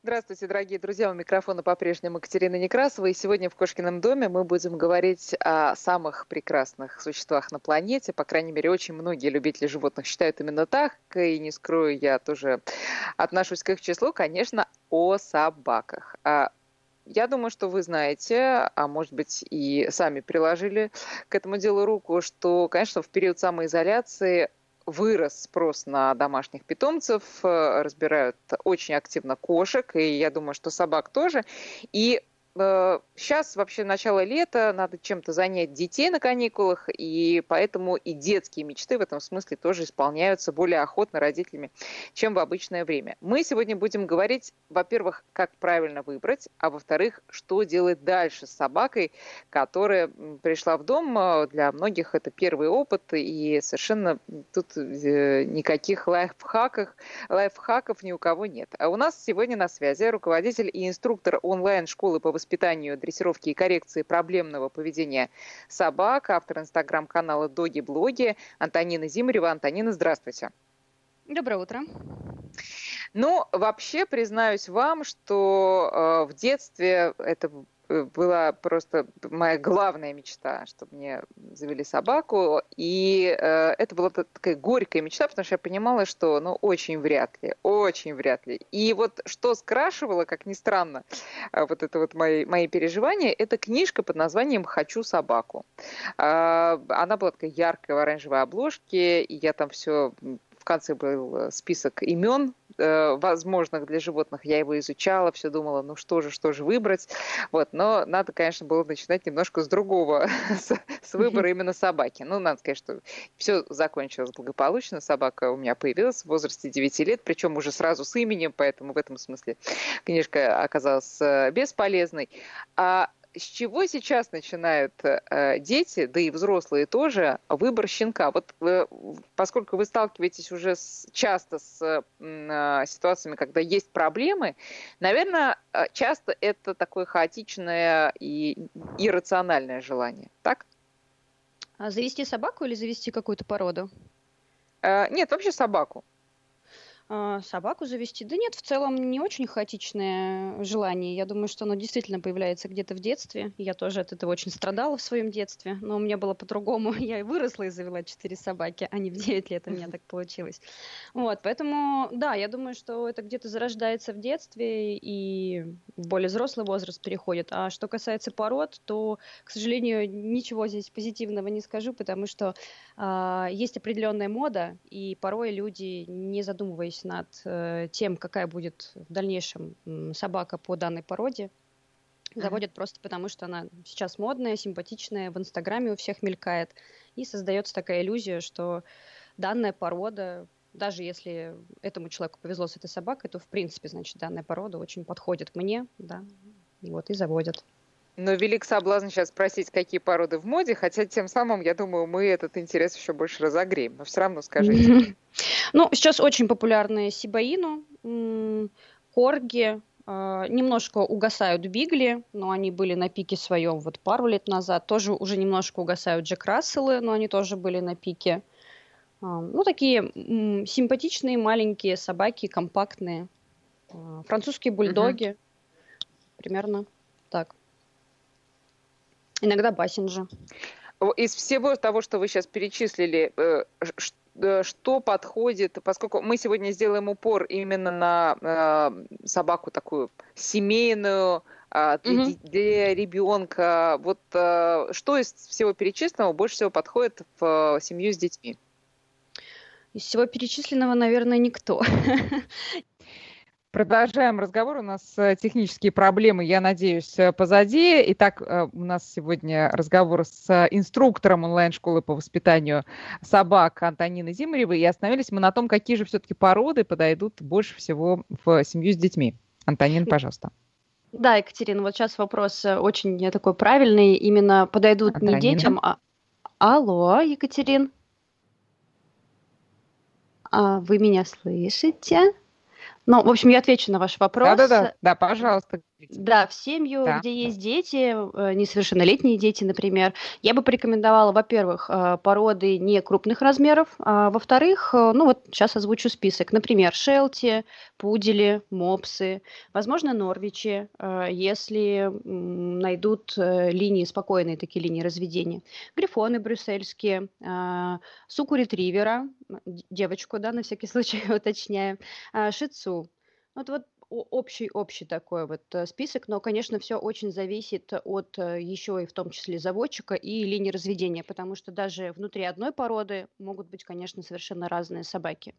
Здравствуйте, дорогие друзья. У микрофона по-прежнему Екатерина Некрасова. И сегодня в Кошкином доме мы будем говорить о самых прекрасных существах на планете. По крайней мере, очень многие любители животных считают именно так. И не скрою, я тоже отношусь к их числу, конечно, о собаках. Я думаю, что вы знаете, а может быть и сами приложили к этому делу руку, что, конечно, в период самоизоляции вырос спрос на домашних питомцев, разбирают очень активно кошек, и я думаю, что собак тоже. И сейчас вообще начало лета, надо чем-то занять детей на каникулах, и поэтому и детские мечты в этом смысле тоже исполняются более охотно родителями, чем в обычное время. Мы сегодня будем говорить, во-первых, как правильно выбрать, а во-вторых, что делать дальше с собакой, которая пришла в дом. Для многих это первый опыт, и совершенно тут никаких лайфхаков ни у кого нет. А у нас сегодня на связи руководитель и инструктор онлайн-школы по воспитанию, дрессировке и коррекции проблемного поведения собак, автор инстаграм-канала «Доги-блоги» Антонина Зимарева. Антонина, здравствуйте. Доброе утро. Ну, вообще, признаюсь вам, что в детстве это была просто моя главная мечта, чтобы мне завели собаку. И это была такая горькая мечта, потому что я понимала, что очень вряд ли, очень вряд ли. И вот что скрашивало, как ни странно, вот это вот мои переживания, это книжка под названием «Хочу собаку». Она была такая яркая в оранжевой обложке, и я там все... В конце был список имен возможных для животных. Я его изучала, все думала, что же выбрать. Вот. Но надо, конечно, было начинать немножко с другого, с выбора именно собаки. Надо сказать, что все закончилось благополучно. Собака у меня появилась в возрасте 9 лет, причем уже сразу с именем, поэтому в этом смысле книжка оказалась бесполезной. С чего сейчас начинают дети, да и взрослые тоже, выбор щенка? Вот поскольку вы сталкиваетесь уже часто с ситуациями, когда есть проблемы, наверное, часто это такое хаотичное и иррациональное желание, так? Завести собаку или завести какую-то породу? Нет, вообще собаку. Собаку завести? Да нет, в целом не очень хаотичное желание. Я думаю, что оно действительно появляется где-то в детстве. Я тоже от этого очень страдала в своем детстве, но у меня было по-другому. Я и выросла и завела 4 собаки, а не в 9 лет у меня так получилось. Вот, поэтому, да, я думаю, что это где-то зарождается в детстве и в более взрослый возраст переходит. А что касается пород, то, к сожалению, ничего здесь позитивного не скажу, потому что есть определенная мода, и порой люди, не задумываясь над тем, какая будет в дальнейшем собака по данной породе, заводят просто потому, что она сейчас модная, симпатичная, в Инстаграме у всех мелькает, и создается такая иллюзия, что данная порода, даже если этому человеку повезло с этой собакой, то в принципе, значит, данная порода очень подходит мне, да, вот, и заводят. Но велик соблазн сейчас спросить, какие породы в моде, хотя тем самым, я думаю, мы этот интерес еще больше разогреем. Но все равно скажите. Сейчас очень популярны сибаину, корги, немножко угасают бигли, но они были на пике своем вот пару лет назад. Тоже уже немножко угасают Джек Расселы, но они тоже были на пике. Такие симпатичные маленькие собаки, компактные. Французские бульдоги. Примерно так. Иногда бассинджи. Из всего того, что вы сейчас перечислили, что подходит, поскольку мы сегодня сделаем упор именно на собаку такую семейную, для ребенка, вот что из всего перечисленного больше всего подходит в семью с детьми? Из всего перечисленного, наверное, никто. Продолжаем разговор. У нас технические проблемы, я надеюсь, позади. Итак, у нас сегодня разговор с инструктором онлайн-школы по воспитанию собак Антониной Зимаревой. И остановились мы на том, какие же все-таки породы подойдут больше всего в семью с детьми. Антонина, пожалуйста. Да, Екатерина, вот сейчас вопрос очень такой правильный. Именно подойдут Антонина. Не детям, а... Алло, Екатерин? Вы меня слышите? Ну, в общем, я отвечу на ваш вопрос. Да-да-да, да, пожалуйста, говорите. Да, в семью, Да. где есть дети, несовершеннолетние дети, например, я бы порекомендовала, во-первых, породы не крупных размеров, а во-вторых, ну вот сейчас озвучу список. Например, шелти, пудели, мопсы, возможно, норвичи, если найдут линии, спокойные такие линии разведения. Грифоны брюссельские, суку-ретривера, девочку, да, на всякий случай уточняю, шицу. Вот общий такой вот список, но, конечно, все очень зависит от еще и в том числе заводчика и линии разведения, потому что даже внутри одной породы могут быть, конечно, совершенно разные собаки.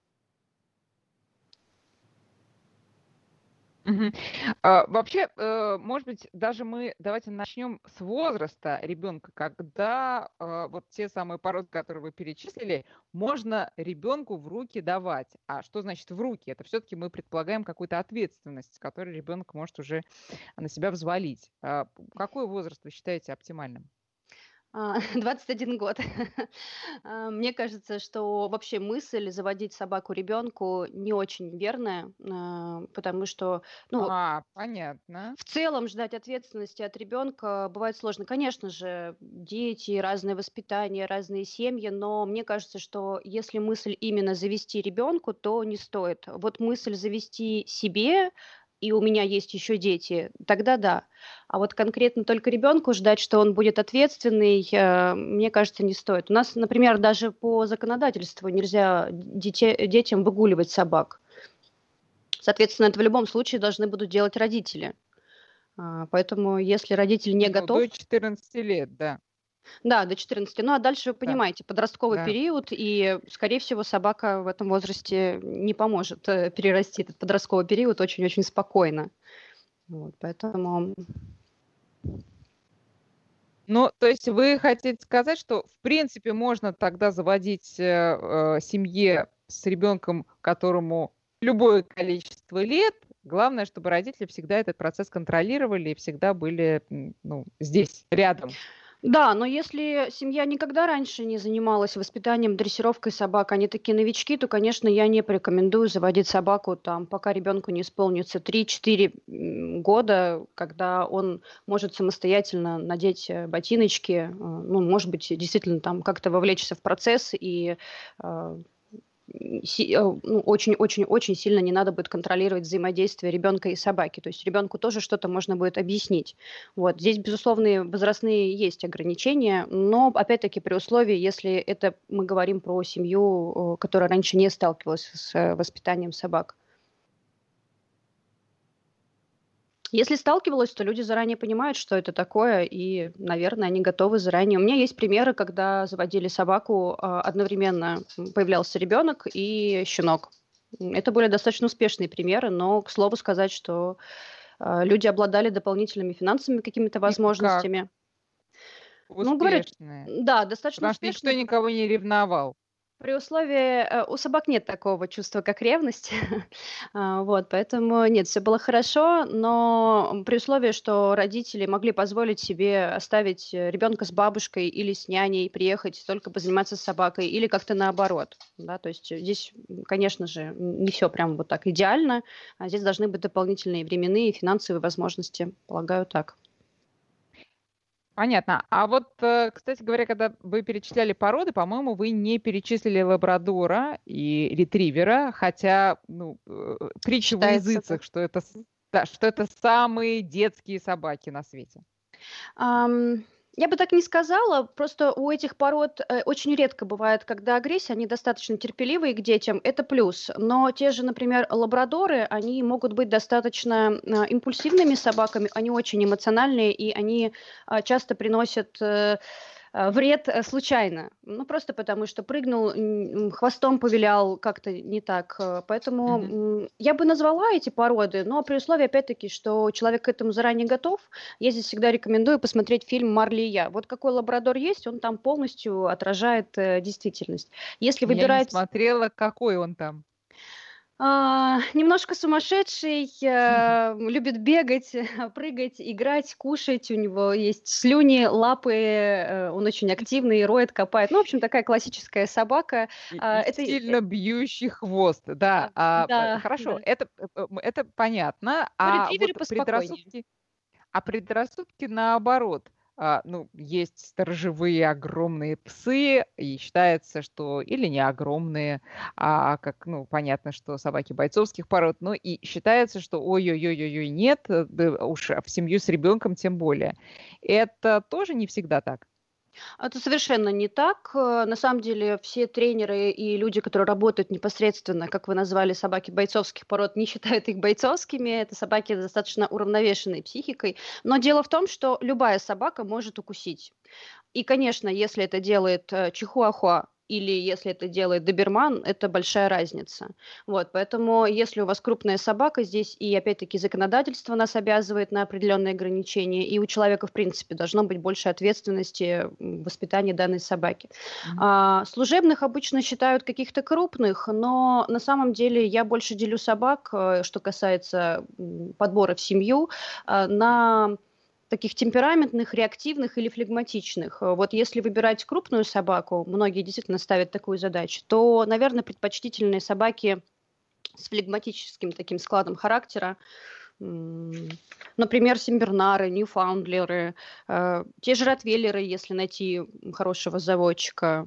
Мгм. Вообще, может быть, даже мы давайте начнем с возраста ребенка, когда вот те самые породы, которые вы перечислили, можно ребенку в руки давать. А что значит в руки? Это все-таки мы предполагаем какую-то ответственность, которую ребенок может уже на себя взвалить. Какой возраст вы считаете оптимальным? 21 год. Мне кажется, что вообще мысль заводить собаку ребенку не очень верная, потому что, ну, Понятно. в целом ждать ответственности от ребенка бывает сложно. Конечно же, дети, разное воспитание, разные семьи, но мне кажется, что если мысль именно завести ребенку, то не стоит. Вот мысль завести себе, и у меня есть еще дети, тогда да. А вот конкретно только ребенку ждать, что он будет ответственный, мне кажется, не стоит. У нас, например, даже по законодательству нельзя детям выгуливать собак. Соответственно, это в любом случае должны будут делать родители. Поэтому если родитель не Ну, готов, до 14 лет, да. да, до 14, ну а дальше вы Да, понимаете, подростковый да. период, и, скорее всего, собака в этом возрасте не поможет перерасти этот подростковый период очень-очень спокойно. Вот, поэтому, Ну, то есть вы хотите сказать, что в принципе можно тогда заводить семье с ребенком, которому любое количество лет. Главное, чтобы родители всегда этот процесс контролировали и всегда были ну, здесь, рядом. да, но если семья никогда раньше не занималась воспитанием, дрессировкой собак, они такие новички, то, конечно, я не порекомендую заводить собаку там, пока ребенку не исполнится 3-4 года, когда он может самостоятельно надеть ботиночки, ну, может быть, действительно там как-то вовлечься в процесс и э, ну, очень-очень-очень сильно не надо будет контролировать взаимодействие ребенка и собаки. То есть ребенку тоже что-то можно будет объяснить. Вот. Здесь, безусловно, возрастные есть ограничения, но, опять-таки, при условии, если это мы говорим про семью, которая раньше не сталкивалась с воспитанием собак. Если сталкивалась, то люди заранее понимают, что это такое, и, наверное, они готовы заранее. У меня есть примеры, когда заводили собаку, одновременно появлялся ребенок и щенок. Это были достаточно успешные примеры, но, к слову сказать, что люди обладали дополнительными финансовыми какими-то И как возможностями. Ну, говорят, успешные. да, достаточно Потому что никто успешные. никого не ревновал. При условии, у собак нет такого чувства, как ревность. Вот, поэтому нет, все было хорошо, но при условии, что родители могли позволить себе оставить, ребенка с бабушкой или с няней, приехать только позаниматься с собакой или как-то наоборот, да. То есть, здесь, конечно же, не все прям вот так идеально, а здесь должны быть дополнительные временные и финансовые возможности, полагаю, так. Понятно. А вот, кстати говоря, когда вы перечисляли породы, по-моему, вы не перечислили лабрадора и ретривера, хотя, ну, притча во Считается так. языцах, что это, да, что это самые детские собаки на свете. Ам, я бы так не сказала. Просто у этих пород, очень редко бывает, когда агрессия, они достаточно терпеливые к детям, это плюс. Но те же, например, лабрадоры, они могут быть достаточно, импульсивными собаками, они очень эмоциональные, и они, часто приносят, вред, случайно. Ну, просто потому что прыгнул, хвостом повилял как-то не так. Поэтому, Мгм. я бы назвала эти породы, но при условии, опять-таки, что человек к этому заранее готов. Я здесь всегда рекомендую посмотреть фильм «Марли и я». Вот какой лабрадор есть, он там полностью отражает, действительность. Если Я не выбирать смотрела, какой он там. Немножко сумасшедший, любит бегать, прыгать, играть, кушать. У него есть слюни, лапы, он очень активный, роет, копает. Ну, в общем, такая классическая собака. И Это, сильно бьющий хвост, да. да, Хорошо, да. это понятно. Но ретриверы поспокойнее. Предрассудки наоборот. Ну, есть сторожевые огромные псы, и считается, что или не огромные, как, ну, понятно, что собаки бойцовских пород, но и считается, что ой-ой-ой-ой, нет, да уж в семью с ребенком тем более. Это тоже не всегда так. Это совершенно не так. На самом деле все тренеры и люди, которые работают непосредственно, как вы назвали, собаки бойцовских пород, не считают их бойцовскими. Это собаки с достаточно уравновешенной психикой. Но дело в том, что любая собака может укусить. И, конечно, если это делает чихуахуа или если это делает доберман, это большая разница. Вот, поэтому если у вас крупная собака, здесь и опять-таки законодательство нас обязывает на определенные ограничения, и у человека, в принципе, должно быть больше ответственности в воспитании данной собаки. Мгм. Служебных обычно считают каких-то крупных, но на самом деле я больше делю собак, что касается подбора в семью, на таких темпераментных, реактивных или флегматичных. Вот если выбирать крупную собаку, многие действительно ставят такую задачу, то, наверное, предпочтительные собаки с флегматическим таким складом характера, например, сенбернары, ньюфаундлеры, те же ротвейлеры, если найти хорошего заводчика.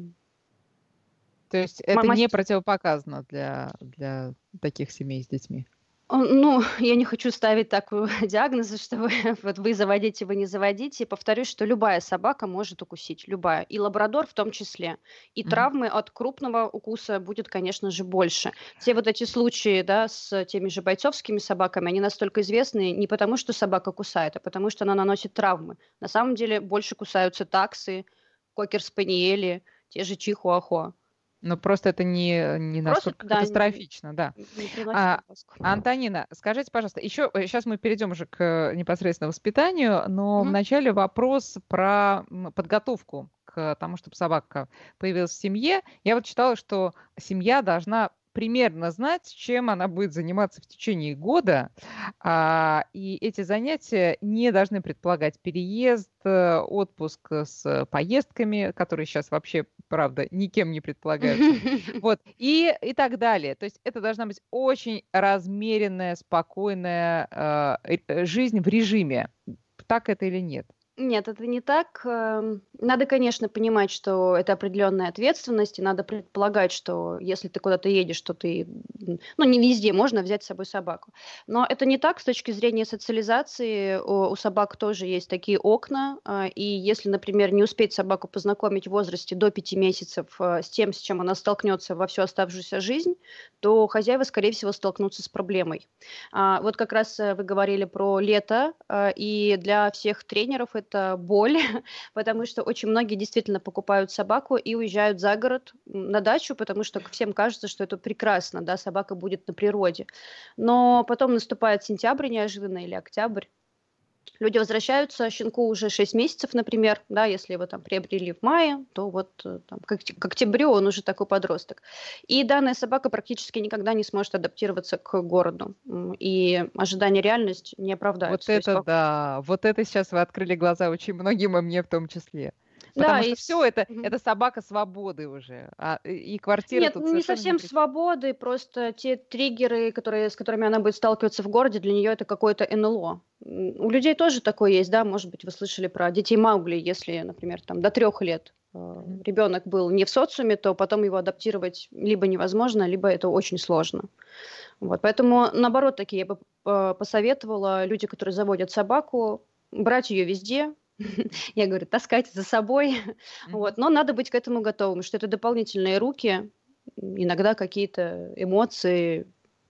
То есть это не Мастиф. противопоказано для таких семей с детьми. Ну, я не хочу ставить такую диагнозы, что вы, вот вы заводите, вы не заводите. Повторюсь, что любая собака может укусить, любая, и лабрадор в том числе. И Мгм. травмы от крупного укуса будет, конечно же, больше. Все вот эти случаи, да, с теми же бойцовскими собаками, они настолько известны не потому, что собака кусает, а потому что она наносит травмы. На самом деле больше кусаются таксы, кокер-спаниели, те же чихуахуа. Но просто это не Просто, настолько да, катастрофично, да. не приносит А, огласку. Антонина, скажите, пожалуйста, еще сейчас мы перейдем уже к непосредственно воспитанию, но Мгм. вначале вопрос про подготовку к тому, чтобы собака появилась в семье. Я вот читала, что семья должна примерно знать, чем она будет заниматься в течение года, и эти занятия не должны предполагать переезд, отпуск с поездками, которые сейчас вообще, правда, никем не предполагаются. Вот, и так далее. То есть это должна быть очень размеренная, спокойная жизнь в режиме. Так это или нет? Нет, это не так. Надо, конечно, понимать, что это определенная ответственность, и надо предполагать, что если ты куда-то едешь, то ты, ну, не везде можно взять с собой собаку. Но это не так с точки зрения социализации. У собак тоже есть такие окна, и если, например, не успеть собаку познакомить в возрасте до 5 месяцев с тем, с чем она столкнется во всю оставшуюся жизнь, то хозяева, скорее всего, столкнутся с проблемой. Вот как раз вы говорили про лето, и для всех тренеров это боль, потому что очень многие действительно покупают собаку и уезжают за город на дачу, потому что всем кажется, что это прекрасно, да, собака будет на природе. Но потом наступает сентябрь неожиданно или октябрь. Люди возвращаются, щенку уже 6 месяцев, например, да, если его там приобрели в мае, то вот там, к октябрю он уже такой подросток. И данная собака практически никогда не сможет адаптироваться к городу. И ожидания реальность не Вот оправдаются. То есть, это да, вот это сейчас вы открыли глаза очень многим, и мне в том числе. да, Потому что все это, Мгм. это собака свободы уже, и квартира Нет, тут не совершенно не... совсем свободы, просто те триггеры, с которыми она будет сталкиваться в городе, для нее это какое-то НЛО. У людей тоже такое есть, да, может быть, вы слышали про детей Маугли, если, например, там до 3 лет Мгм. ребенок был не в социуме, то потом его адаптировать либо невозможно, либо это очень сложно. Вот, поэтому, наоборот, такие я бы посоветовала люди, которые заводят собаку, брать ее везде. Я говорю, таскать за собой. Мгм. Вот. Но надо быть к этому готовым, что это дополнительные руки, иногда какие-то эмоции,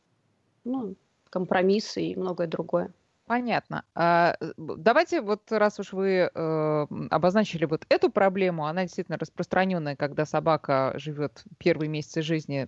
ну, компромиссы и многое другое. Понятно. Давайте вот раз уж вы обозначили вот эту проблему, она действительно распространенная, когда собака живет первые месяцы жизни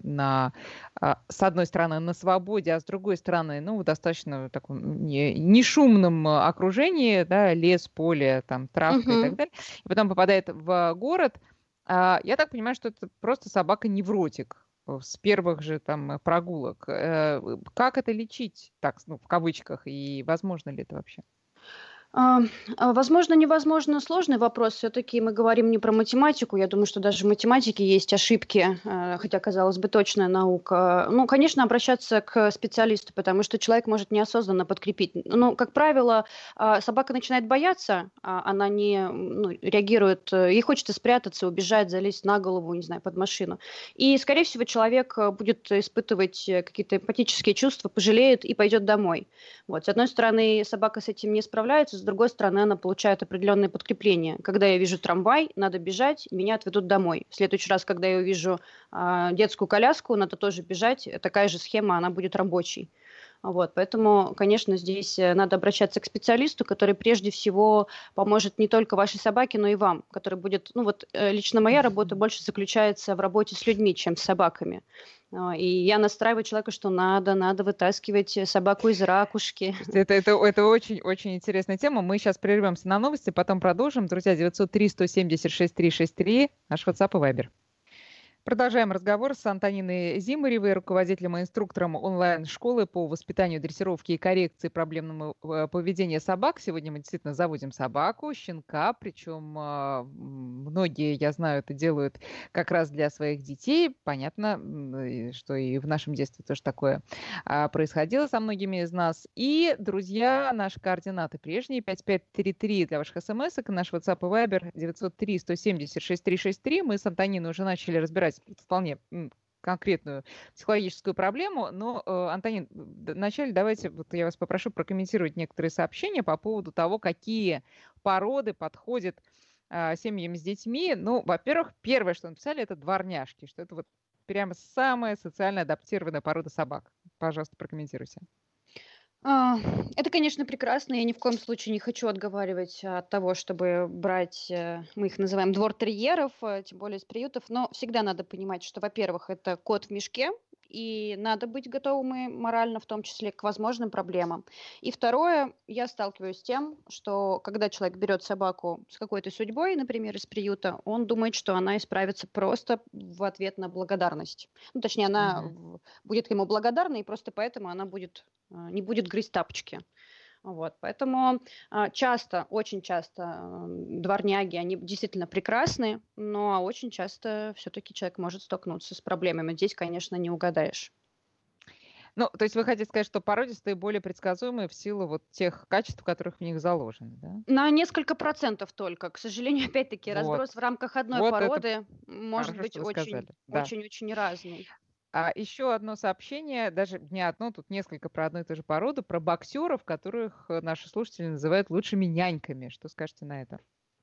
с одной стороны на свободе, а с другой стороны, ну, в достаточно таком не шумном окружении, да, лес, поле, там, травка и так Мгм. далее, и потом попадает в город. Я так понимаю, что это просто собака-невротик. с первых же там прогулок. Как это лечить, так, ну, в кавычках, и возможно ли это вообще? А, Возможно, невозможно, сложный вопрос. Все-таки мы говорим не про математику. Я думаю, что даже в математике есть ошибки, хотя, казалось бы, точная наука. Ну, конечно, обращаться к специалисту, потому что человек может неосознанно подкрепить. Ну, как правило, собака начинает бояться, она не ну, реагирует, ей хочется спрятаться, убежать, залезть на голову, не знаю, под машину. И, скорее всего, человек будет испытывать какие-то эмпатические чувства, пожалеет и пойдет домой. Вот. С одной стороны, собака с этим не справляется, с другой стороны, она получает определенное подкрепление. Когда я вижу трамвай, надо бежать, меня отведут домой. В следующий раз, когда я увижу детскую коляску, надо тоже бежать. Такая же схема, она будет рабочей. Вот, поэтому, конечно, здесь надо обращаться к специалисту, который прежде всего поможет не только вашей собаке, но и вам, который будет, ну вот лично моя работа больше заключается в работе с людьми, чем с собаками. И я настраиваю человека, что надо вытаскивать собаку из ракушки. Это очень-очень интересная тема. Мы сейчас прервемся на новости, потом продолжим. Друзья, 903-170-6363, наш WhatsApp и Viber. Продолжаем разговор с Антониной Зимаревой, руководителем и инструктором онлайн-школы по воспитанию, дрессировке и коррекции проблемного поведения собак. Сегодня мы действительно заводим собаку, щенка, причем многие, я знаю, это делают как раз для своих детей. Понятно, что и в нашем детстве тоже такое происходило со многими из нас. И, друзья, наши координаты прежние: 5533 для ваших смс-ок, наш WhatsApp и Viber 903-170-6363. Мы с Антониной уже начали разбирать вполне конкретную психологическую проблему. Но, Антонин, вначале давайте, вот я вас попрошу прокомментировать некоторые сообщения по поводу того, какие породы подходят семьям с детьми. Ну, во-первых, первое, что написали, это дворняжки, что это вот прямо самая социально адаптированная порода собак. Пожалуйста, прокомментируйте. Это, конечно, прекрасно. Я ни в коем случае не хочу отговаривать от того, чтобы брать, мы их называем двор-терьеров, тем более из приютов, но всегда надо понимать, что, во-первых, это кот в мешке, и надо быть готовым и морально, в том числе, к возможным проблемам. И второе, я сталкиваюсь с тем, что когда человек берет собаку с какой-то судьбой, например, из приюта, он думает, что она исправится просто в ответ на благодарность. Ну, точнее, она будет ему благодарна, и просто поэтому она не будет грызть тапочки. Вот, поэтому часто, очень часто дворняги, они действительно прекрасны, но очень часто все-таки человек может столкнуться с проблемами. Здесь, конечно, не угадаешь. Ну, то есть вы хотите сказать, что породистые более предсказуемые в силу вот тех качеств, которых в них заложены, да? На несколько процентов только. К сожалению, опять-таки, Вот. разброс в рамках одной Вот это породы может хорошо, быть что вы сказали. Да. очень-очень разный. А еще одно сообщение, даже не одно, тут несколько про одну и ту же породу, про боксеров, которых наши слушатели называют лучшими няньками. Что скажете на это?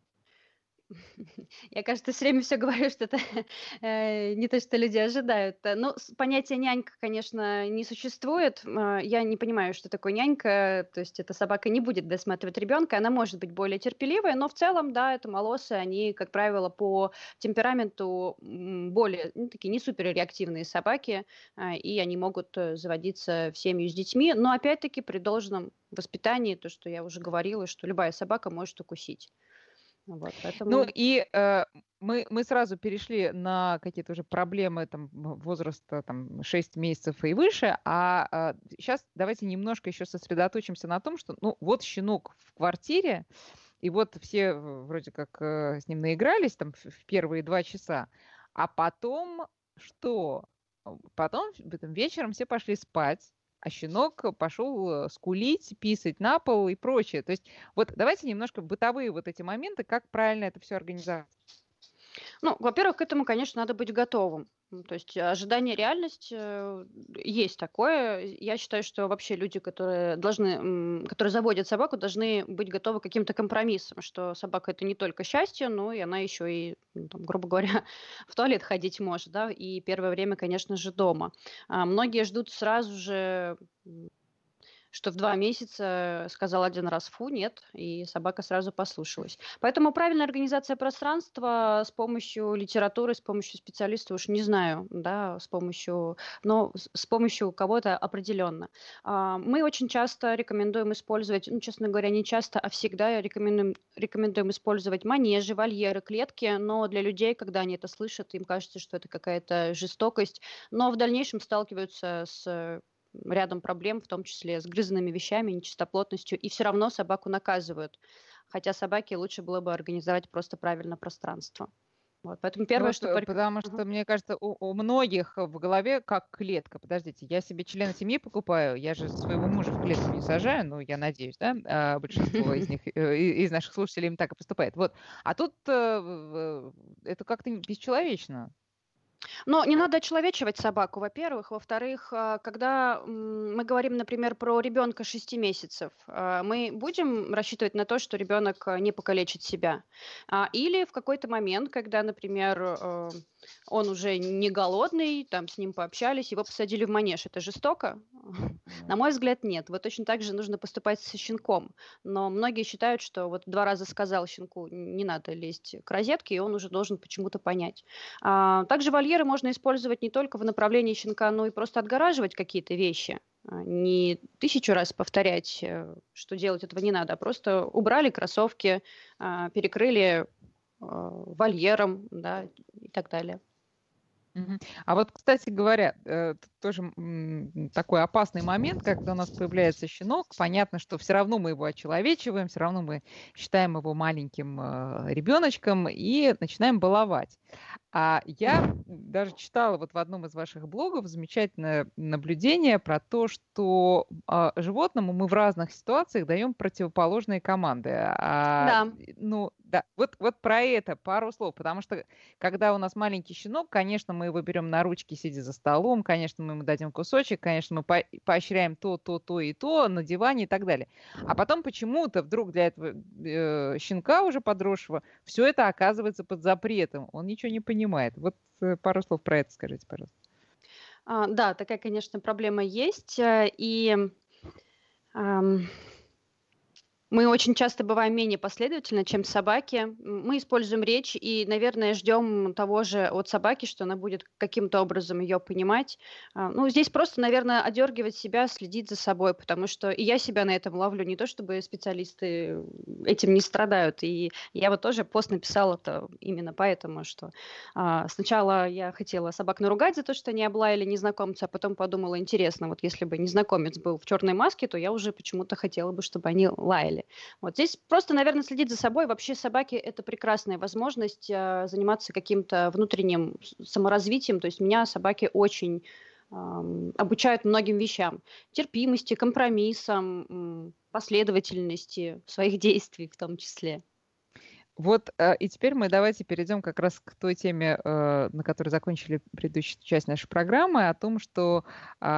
Я, кажется, все время все говорю, что это не то, что люди ожидают. Ну, понятия нянька, конечно, не существует. Я не понимаю, что такое нянька. То есть эта собака не будет досматривать ребенка, она может быть более терпеливая, но в целом, да, это молосы, они, как правило, по темпераменту более, ну, такие не суперреактивные собаки, и они могут заводиться в семью с детьми, но опять-таки при должном воспитании, то, что я уже говорила, что любая собака может укусить. Вот, Ну поэтому... и мы сразу перешли на какие-то уже проблемы там, возраста там, 6 месяцев и выше, а сейчас давайте немножко еще сосредоточимся на том, что ну, вот щенок в квартире, и вот все вроде как с ним наигрались там в первые 2 часа, а потом что? Потом вечером все пошли спать, а щенок пошел скулить, писать на пол и прочее. То есть вот давайте немножко бытовые вот эти моменты, как правильно это все организовать. Ну, во-первых, к этому, конечно, надо быть готовым. Ну, то есть ожидание, реальность есть такое. Я считаю, что вообще люди, которые заводят собаку, должны быть готовы к каким-то компромиссам, что собака это не только счастье, но и она еще и, ну, там, грубо говоря, в туалет ходить может, да, и первое время, конечно же, дома. Многие ждут сразу же что в 2 месяца сказал один раз «фу», нет, и собака сразу послушалась. Поэтому правильная организация пространства с помощью литературы, с помощью специалиста, уж не знаю, да, но с помощью кого-то определенно. Мы очень часто рекомендуем использовать, ну, честно говоря, не часто, а всегда рекомендуем использовать манежи, вольеры, клетки, но для людей, когда они это слышат, им кажется, что это какая-то жестокость, но в дальнейшем сталкиваются с рядом проблем, в том числе с грызанными вещами, нечистоплотностью, и все равно собаку наказывают. Хотя собаке лучше было бы организовать просто правильно пространство. Вот, поэтому Ну первое, вот, что... потому что, мне кажется, у многих в голове как клетка. Подождите, я себе члена семьи покупаю, я же своего мужа в клетку не сажаю, ну, я надеюсь, да, большинство из них, из наших слушателей им так и поступает. Вот. А тут это как-то бесчеловечно. Но не надо очеловечивать собаку, во-первых. Во-вторых, когда мы говорим, например, про ребенка 6 месяцев, мы будем рассчитывать на то, что ребенок не покалечит себя. Или в какой-то момент, когда, например, он уже не голодный, там с ним пообщались, его посадили в манеж. Это жестоко? На мой взгляд, нет. Вот точно так же нужно поступать со щенком. Но многие считают, что вот 2 раза сказал щенку, не надо лезть к розетке, и он уже должен почему-то понять. Также вольеры можно использовать не только в направлении щенка, но и просто отгораживать какие-то вещи. Не 1000 раз повторять, что делать этого не надо, а просто убрали кроссовки, перекрыли вольером, да, и так далее. А вот, кстати говоря, тут тоже такой опасный момент, когда у нас появляется щенок. Понятно, что все равно мы его очеловечиваем, все равно мы считаем его маленьким ребеночком и начинаем баловать. А я даже читала вот в одном из ваших блогов замечательное наблюдение про то, что животному мы в разных ситуациях даем противоположные команды. Да. Ну, да, вот про это пару слов, потому что когда у нас маленький щенок, конечно, мы его берем на ручки, сидя за столом, конечно, мы ему дадим кусочек, конечно, мы поощряем то и то на диване и так далее. А потом почему-то вдруг для этого щенка уже подросшего все это оказывается под запретом. Он ничего не понимает. Вот пару слов про это скажите, пожалуйста. Да, такая, конечно, проблема есть. И мы очень часто бываем менее последовательны, чем собаки. Мы используем речь и, наверное, ждем того же от собаки, что она будет каким-то образом ее понимать. Ну, здесь просто, наверное, одергивать себя, следить за собой, потому что и я себя на этом ловлю. Не то чтобы специалисты этим не страдают. И я вот тоже пост написала это именно поэтому, что сначала я хотела собак наругать за то, что они облаяли незнакомца, а потом подумала, интересно, вот если бы незнакомец был в черной маске, то я уже почему-то хотела бы, чтобы они лаяли. Вот здесь просто, наверное, следить за собой. Вообще собаки – это прекрасная возможность заниматься каким-то внутренним саморазвитием. То есть меня собаки очень обучают многим вещам. Терпимости, компромиссам, последовательности своих действий в том числе. Вот, и теперь мы давайте перейдем как раз к той теме, на которой закончили предыдущую часть нашей программы, о том, что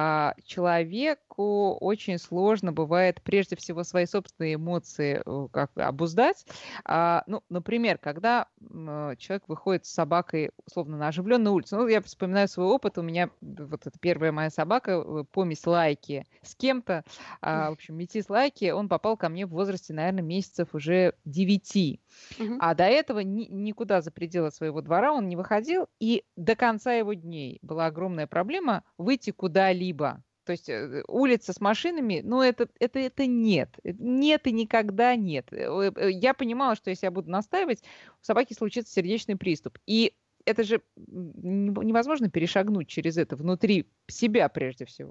человеку очень сложно бывает прежде всего свои собственные эмоции как обуздать. Ну, например, когда человек выходит с собакой, условно, на оживленную улицу. Ну, я вспоминаю свой опыт. У меня вот эта первая моя собака, помесь Лайки с кем-то, в общем, метис Лайки, он попал ко мне в возрасте, наверное, месяцев уже 9. А до этого никуда за пределы своего двора он не выходил, и до конца его дней была огромная проблема выйти куда-либо. То есть улица с машинами, ну, это нет. Нет и никогда нет. Я понимала, что если я буду настаивать, у собаки случится сердечный приступ. И это же невозможно перешагнуть через это внутри себя прежде всего.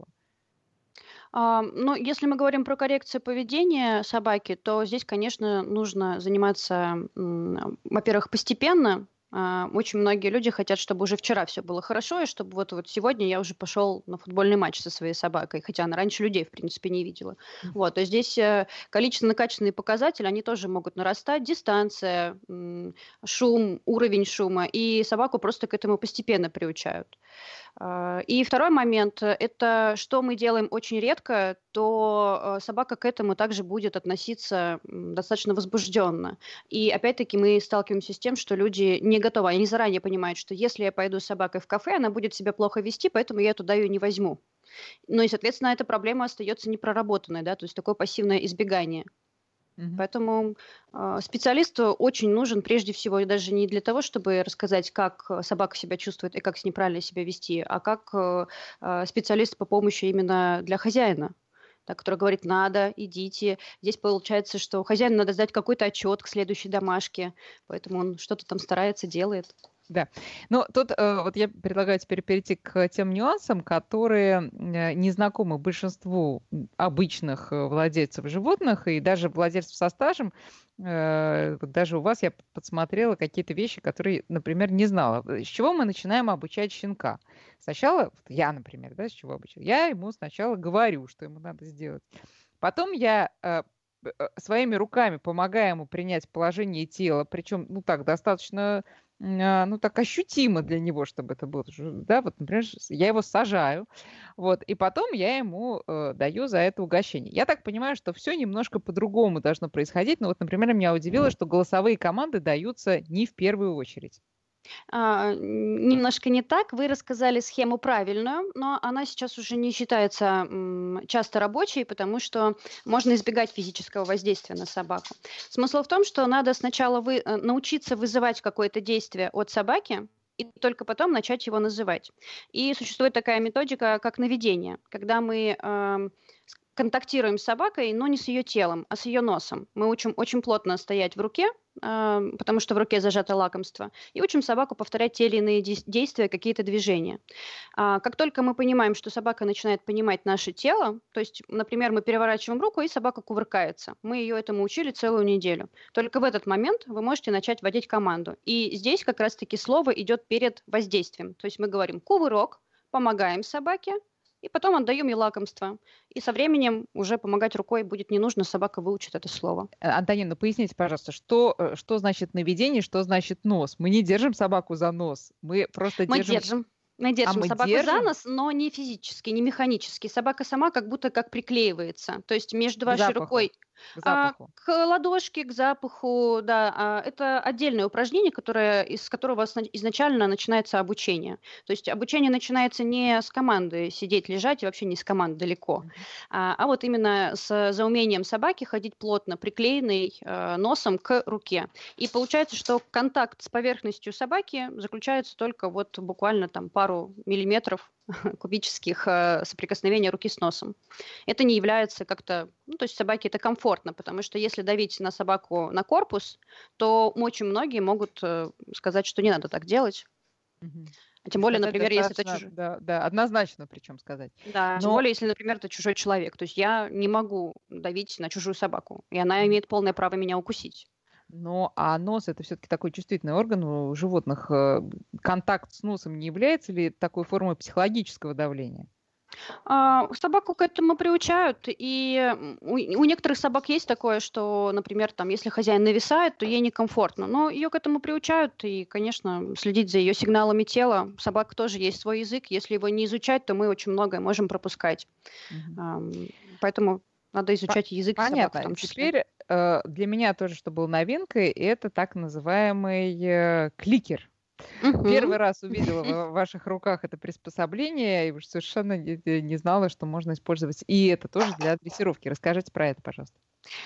Ну, если мы говорим про коррекцию поведения собаки, то здесь, конечно, нужно заниматься, во-первых, постепенно. Очень многие люди хотят, чтобы уже вчера все было хорошо, и чтобы вот сегодня я уже пошел на футбольный матч со своей собакой, хотя она раньше людей, в принципе, не видела. Вот, то есть здесь количественно-качественные показатели, они тоже могут нарастать, дистанция, шум, уровень шума, и собаку просто к этому постепенно приучают. И второй момент – это что мы делаем очень редко, то собака к этому также будет относиться достаточно возбужденно. И опять-таки мы сталкиваемся с тем, что люди не готовы, они заранее понимают, что если я пойду с собакой в кафе, она будет себя плохо вести, поэтому я туда ее не возьму. Ну и, соответственно, эта проблема остается непроработанной, да, то есть такое пассивное избегание. Поэтому специалист очень нужен прежде всего даже не для того, чтобы рассказать, как собака себя чувствует и как с ней правильно себя вести, а как специалист по помощи именно для хозяина, да, который говорит, надо, идите. Здесь получается, что хозяину надо сдать какой-то отчет к следующей домашке, поэтому он что-то там старается, делает. Да. Ну, тут вот я предлагаю теперь перейти к тем нюансам, которые не знакомы большинству обычных владельцев животных и даже владельцев со стажем. Вот даже у вас я подсмотрела какие-то вещи, которые, например, не знала. С чего мы начинаем обучать щенка? Сначала, я, например, да, с чего обучаю? Я ему сначала говорю, что ему надо сделать. Потом я своими руками помогаю ему принять положение тела, причем, ну так, достаточно, ну так ощутимо для него, чтобы это было, да, вот, например, я его сажаю, вот, и потом я ему даю за это угощение. Я так понимаю, что все немножко по-другому должно происходить, но вот, например, меня удивило, что голосовые команды даются не в первую очередь. Немножко не так. Вы рассказали схему правильную, но она сейчас уже не считается часто рабочей, потому что можно избегать физического воздействия на собаку. Смысл в том, что надо сначала научиться вызывать какое-то действие от собаки, и только потом начать его называть. И существует такая методика, как наведение, когда мы контактируем с собакой, но не с ее телом, а с ее носом. Мы учим очень плотно стоять в руке, потому что в руке зажато лакомство, и учим собаку повторять те или иные действия, какие-то движения. Как только мы понимаем, что собака начинает понимать наше тело, то есть, например, мы переворачиваем руку, и собака кувыркается. Мы ее этому учили целую неделю. Только в этот момент вы можете начать вводить команду. И здесь как раз-таки слово идет перед воздействием. То есть мы говорим «кувырок», помогаем собаке, и потом отдаем ей лакомство. И со временем уже помогать рукой будет не нужно, собака выучит это слово. Антонина, поясните, пожалуйста, что значит наведение, что значит нос? Мы не держим собаку за нос, мы просто держим... Мы держим собаку за нос, но не физически, не механически. Собака сама как будто как приклеивается. То есть между вашей рукой к ладошке, к запаху, да. Это отдельное упражнение, из которого изначально начинается обучение. То есть обучение начинается не с команды сидеть, лежать, и вообще не с команды далеко, а вот именно за умением собаки ходить плотно, приклеенной носом к руке. И получается, что контакт с поверхностью собаки заключается только вот буквально там пару миллиметров кубических соприкосновения руки с носом. Это не является как-то... Ну, то есть собаке это комфортно, потому что если давить на собаку на корпус, то очень многие могут сказать, что не надо так делать. А тем более, например, если это чужой... Да, однозначно причем сказать. Да, тем более, если, например, это чужой человек. То есть я не могу давить на чужую собаку, и она имеет полное право меня укусить. Ну, а нос — это все-таки такой чувствительный орган у животных. Контакт с носом не является ли такой формой психологического давления? Собаку к этому приучают, и у некоторых собак есть такое, что, например, там, если хозяин нависает, то ей некомфортно, но ее к этому приучают, и, конечно, следить за ее сигналами тела. У собак тоже есть свой язык, если его не изучать, то мы очень многое можем пропускать. Поэтому надо изучать язык собак в том числе. Теперь для меня тоже, что было новинкой, это так называемый кликер. Первый раз увидела в ваших руках это приспособление и совершенно не знала, что можно использовать. И это тоже для дрессировки. Расскажите про это, пожалуйста.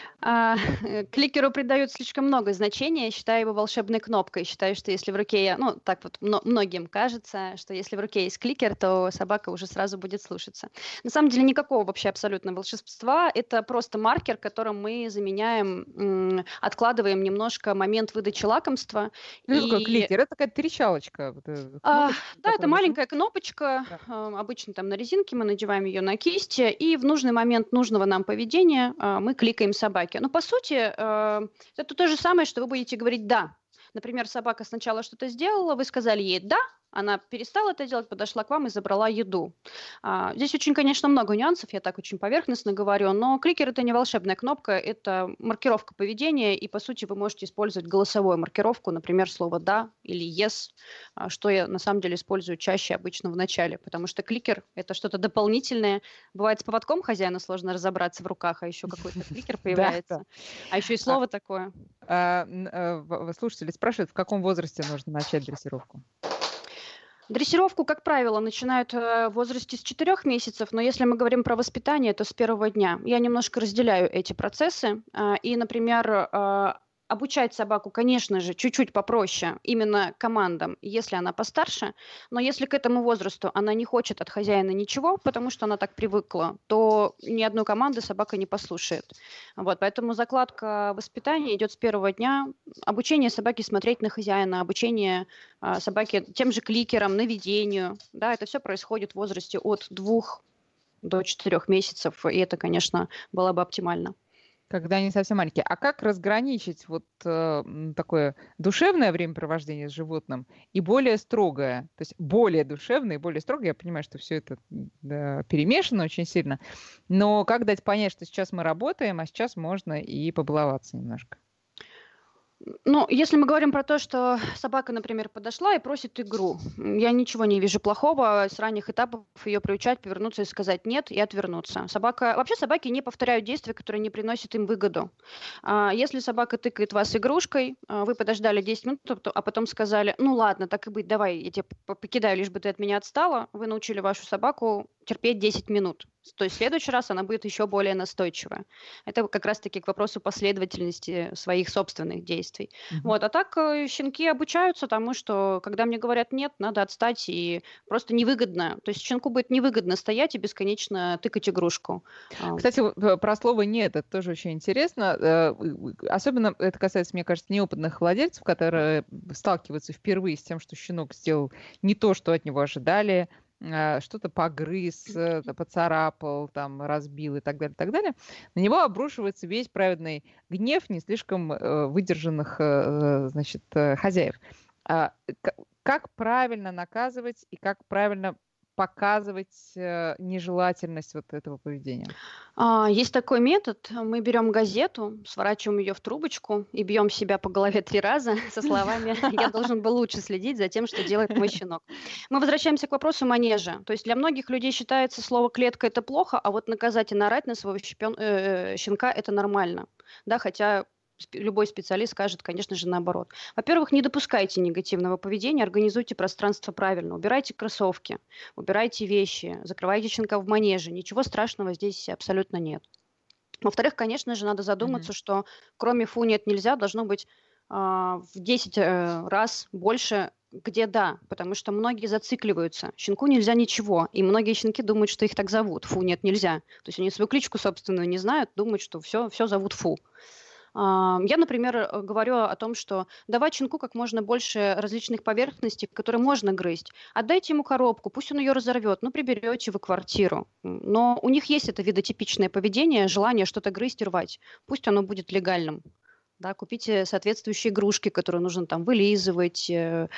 Кликеру придают слишком много значения. Я считаю его волшебной кнопкой. Считаю, что если в руке, ну, так вот многим кажется, что если в руке есть кликер, то собака уже сразу будет слушаться. На самом деле никакого вообще абсолютно волшебства. Это просто маркер, которым мы заменяем, откладываем немножко момент выдачи лакомства. Ну, такой кликер? Это такая трещалочка. Да, это маленькая кнопочка. Обычно там на резинке мы надеваем ее на кисть, и в нужный момент нужного нам поведения мы кликаем собаке. Но по сути это то же самое, что вы будете говорить «да». Например, собака сначала что-то сделала, вы сказали ей «да», она перестала это делать, подошла к вам и забрала еду. Здесь очень, конечно, много нюансов, я так очень поверхностно говорю, но кликер — это не волшебная кнопка, это маркировка поведения, и, по сути, вы можете использовать голосовую маркировку, например, слово «да» или «yes», что я, на самом деле, использую чаще обычно в начале, потому что кликер — это что-то дополнительное. Бывает, с поводком хозяина сложно разобраться в руках, а еще какой-то кликер появляется. А еще и слово такое. Слушатели спрашивают, в каком возрасте нужно начать дрессировку? Дрессировку, как правило, начинают в возрасте с 4 месяцев, но если мы говорим про воспитание, то с первого дня. Я немножко разделяю эти процессы. И, например, обучать собаку, конечно же, чуть-чуть попроще именно командам, если она постарше, но если к этому возрасту она не хочет от хозяина ничего, потому что она так привыкла, то ни одной команды собака не послушает. Вот, поэтому закладка воспитания идет с первого дня. Обучение собаки смотреть на хозяина, обучение собаки тем же кликерам, наведению. Да, это все происходит в возрасте от 2 до 4 месяцев, и это, конечно, было бы оптимально. Когда они совсем маленькие. А как разграничить вот такое душевное времяпровождение с животным и более строгое? То есть более душевное и более строгое. Я понимаю, что все это перемешано очень сильно. Но как дать понять, что сейчас мы работаем, а сейчас можно и побаловаться немножко? Ну, если мы говорим про то, что собака, например, подошла и просит игру, я ничего не вижу плохого с ранних этапов ее приучать, повернуться и сказать нет и отвернуться. Вообще собаки не повторяют действия, которые не приносят им выгоду. Если собака тыкает вас игрушкой, вы подождали 10 минут, а потом сказали, ну ладно, так и быть, давай, я тебя покидаю, лишь бы ты от меня отстала, вы научили вашу собаку терпеть 10 минут. То есть в следующий раз она будет еще более настойчивая. Это как раз-таки к вопросу последовательности своих собственных действий. Вот. А так щенки обучаются тому, что когда мне говорят нет, надо отстать, и просто невыгодно. То есть щенку будет невыгодно стоять и бесконечно тыкать игрушку. Кстати, про слово «нет» это тоже очень интересно. Особенно это касается, мне кажется, неопытных владельцев, которые сталкиваются впервые с тем, что щенок сделал не то, что от него ожидали, что-то погрыз, поцарапал, там, разбил и так далее, так далее. На него обрушивается весь праведный гнев не слишком выдержанных, значит, хозяев. Как правильно наказывать и как правильно показывать нежелательность вот этого поведения? Есть такой метод. Мы берем газету, сворачиваем ее в трубочку и бьем себя по голове 3 раза со словами «Я должен был лучше следить за тем, что делает мой щенок». Мы возвращаемся к вопросу манежа. То есть для многих людей считается слово «клетка» — это плохо, а вот наказать и наорать на своего щенка — это нормально. Да, хотя любой специалист скажет, конечно же, наоборот. Во-первых, не допускайте негативного поведения, организуйте пространство правильно, убирайте кроссовки, убирайте вещи, закрывайте щенка в манеже. Ничего страшного здесь абсолютно нет. Во-вторых, конечно же, надо задуматься, что кроме «фу, нет, нельзя» должно быть в 10 раз больше, где да, потому что многие зацикливаются. Щенку нельзя ничего, и многие щенки думают, что их так зовут. «Фу, нет, нельзя». То есть они свою кличку собственную не знают, думают, что все зовут «фу». Я, например, говорю о том, что давать щенку как можно больше различных поверхностей, которые можно грызть. Отдайте ему коробку, пусть он ее разорвет, ну, приберете вы квартиру. Но у них есть это видотипичное поведение, желание что-то грызть и рвать. Пусть оно будет легальным. Да, купите соответствующие игрушки, которые нужно там вылизывать,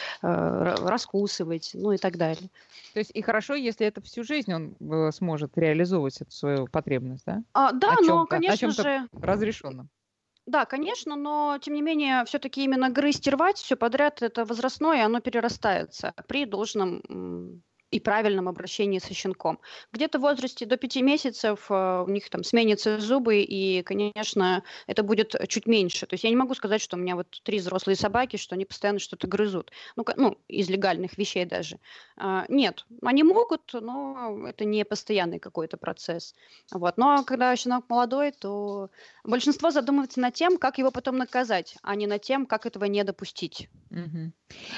раскусывать, ну и так далее. То есть и хорошо, если это всю жизнь он сможет реализовывать эту свою потребность, да? Да, но, конечно же... разрешенном. Да, конечно, но тем не менее, все-таки именно грызть и рвать все подряд это возрастное, и оно перерастается при должном и правильном обращении со щенком. Где-то в возрасте до 5 месяцев у них там сменятся зубы, и, конечно, это будет чуть меньше. То есть я не могу сказать, что у меня вот 3 взрослые собаки, что они постоянно что-то грызут. Ну, из легальных вещей даже. Нет, они могут, но это не постоянный какой-то процесс. Вот. Но когда щенок молодой, то большинство задумывается над тем, как его потом наказать, а не над тем, как этого не допустить. Угу.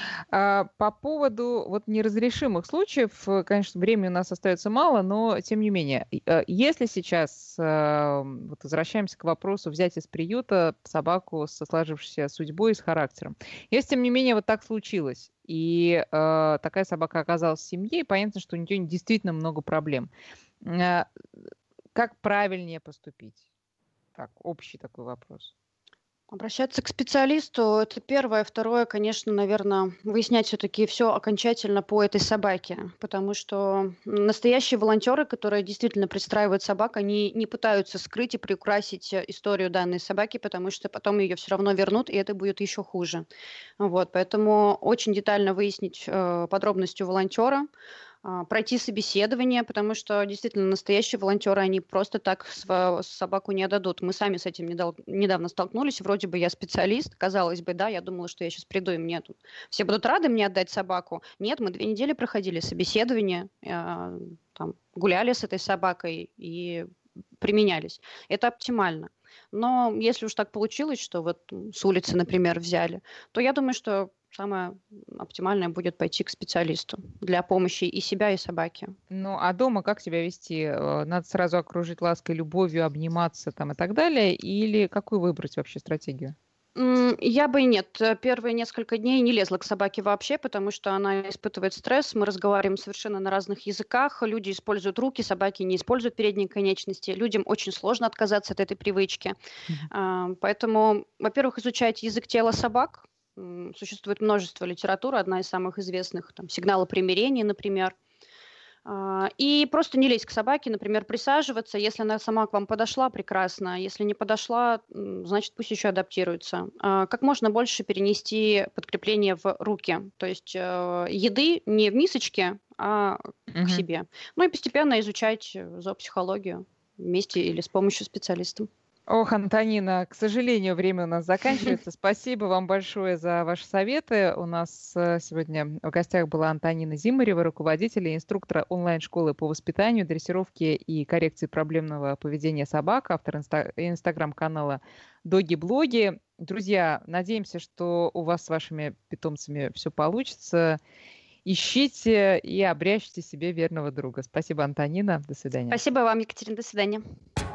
По поводу вот неразрешимых случаев, конечно, времени у нас остается мало, но тем не менее, если сейчас вот возвращаемся к вопросу взять из приюта собаку со сложившейся судьбой и с характером, если тем не менее вот так случилось, и такая собака оказалась в семье, и понятно, что у нее действительно много проблем, как правильнее поступить? Так, общий такой вопрос. Обращаться к специалисту — это первое. Второе, конечно, наверное, выяснять все-таки все окончательно по этой собаке, потому что настоящие волонтеры, которые действительно пристраивают собак, они не пытаются скрыть и приукрасить историю данной собаки, потому что потом ее все равно вернут, и это будет еще хуже. Вот, поэтому очень детально выяснить подробности у волонтера, пройти собеседование, потому что действительно настоящие волонтеры, они просто так собаку не отдадут. Мы сами с этим недавно столкнулись. Вроде бы я специалист, казалось бы, да, я думала, что я сейчас приду и мне тут все будут рады мне отдать собаку. Нет, мы 2 недели проходили собеседование, там, гуляли с этой собакой и применялись. Это оптимально. Но если уж так получилось, что вот с улицы, например, взяли, то я думаю, что самое оптимальное будет пойти к специалисту для помощи и себя, и собаки. Ну, а дома как себя вести? Надо сразу окружить лаской, любовью, обниматься там и так далее? Или какую выбрать вообще стратегию? Я бы нет. Первые несколько дней не лезла к собаке вообще, потому что она испытывает стресс. Мы разговариваем совершенно на разных языках. Люди используют руки, собаки не используют передние конечности. Людям очень сложно отказаться от этой привычки. Поэтому, во-первых, изучать язык тела собак. Существует множество литературы, одна из самых известных, там, «Сигналы примирения», например. И просто не лезть к собаке, например, присаживаться. Если она сама к вам подошла, прекрасно. Если не подошла, значит, пусть еще адаптируется. Как можно больше перенести подкрепление в руки. То есть еды не в мисочке, а к себе. Ну и постепенно изучать зоопсихологию вместе или с помощью специалиста. Ох, Антонина, к сожалению, время у нас заканчивается. Спасибо вам большое за ваши советы. У нас сегодня в гостях была Антонина Зимарева, руководитель и инструктор онлайн-школы по воспитанию, дрессировке и коррекции проблемного поведения собак, автор инстаграм-канала «Доги-блоги». Друзья, надеемся, что у вас с вашими питомцами все получится. Ищите и обрящите себе верного друга. Спасибо, Антонина. До свидания. Спасибо вам, Екатерина. До свидания.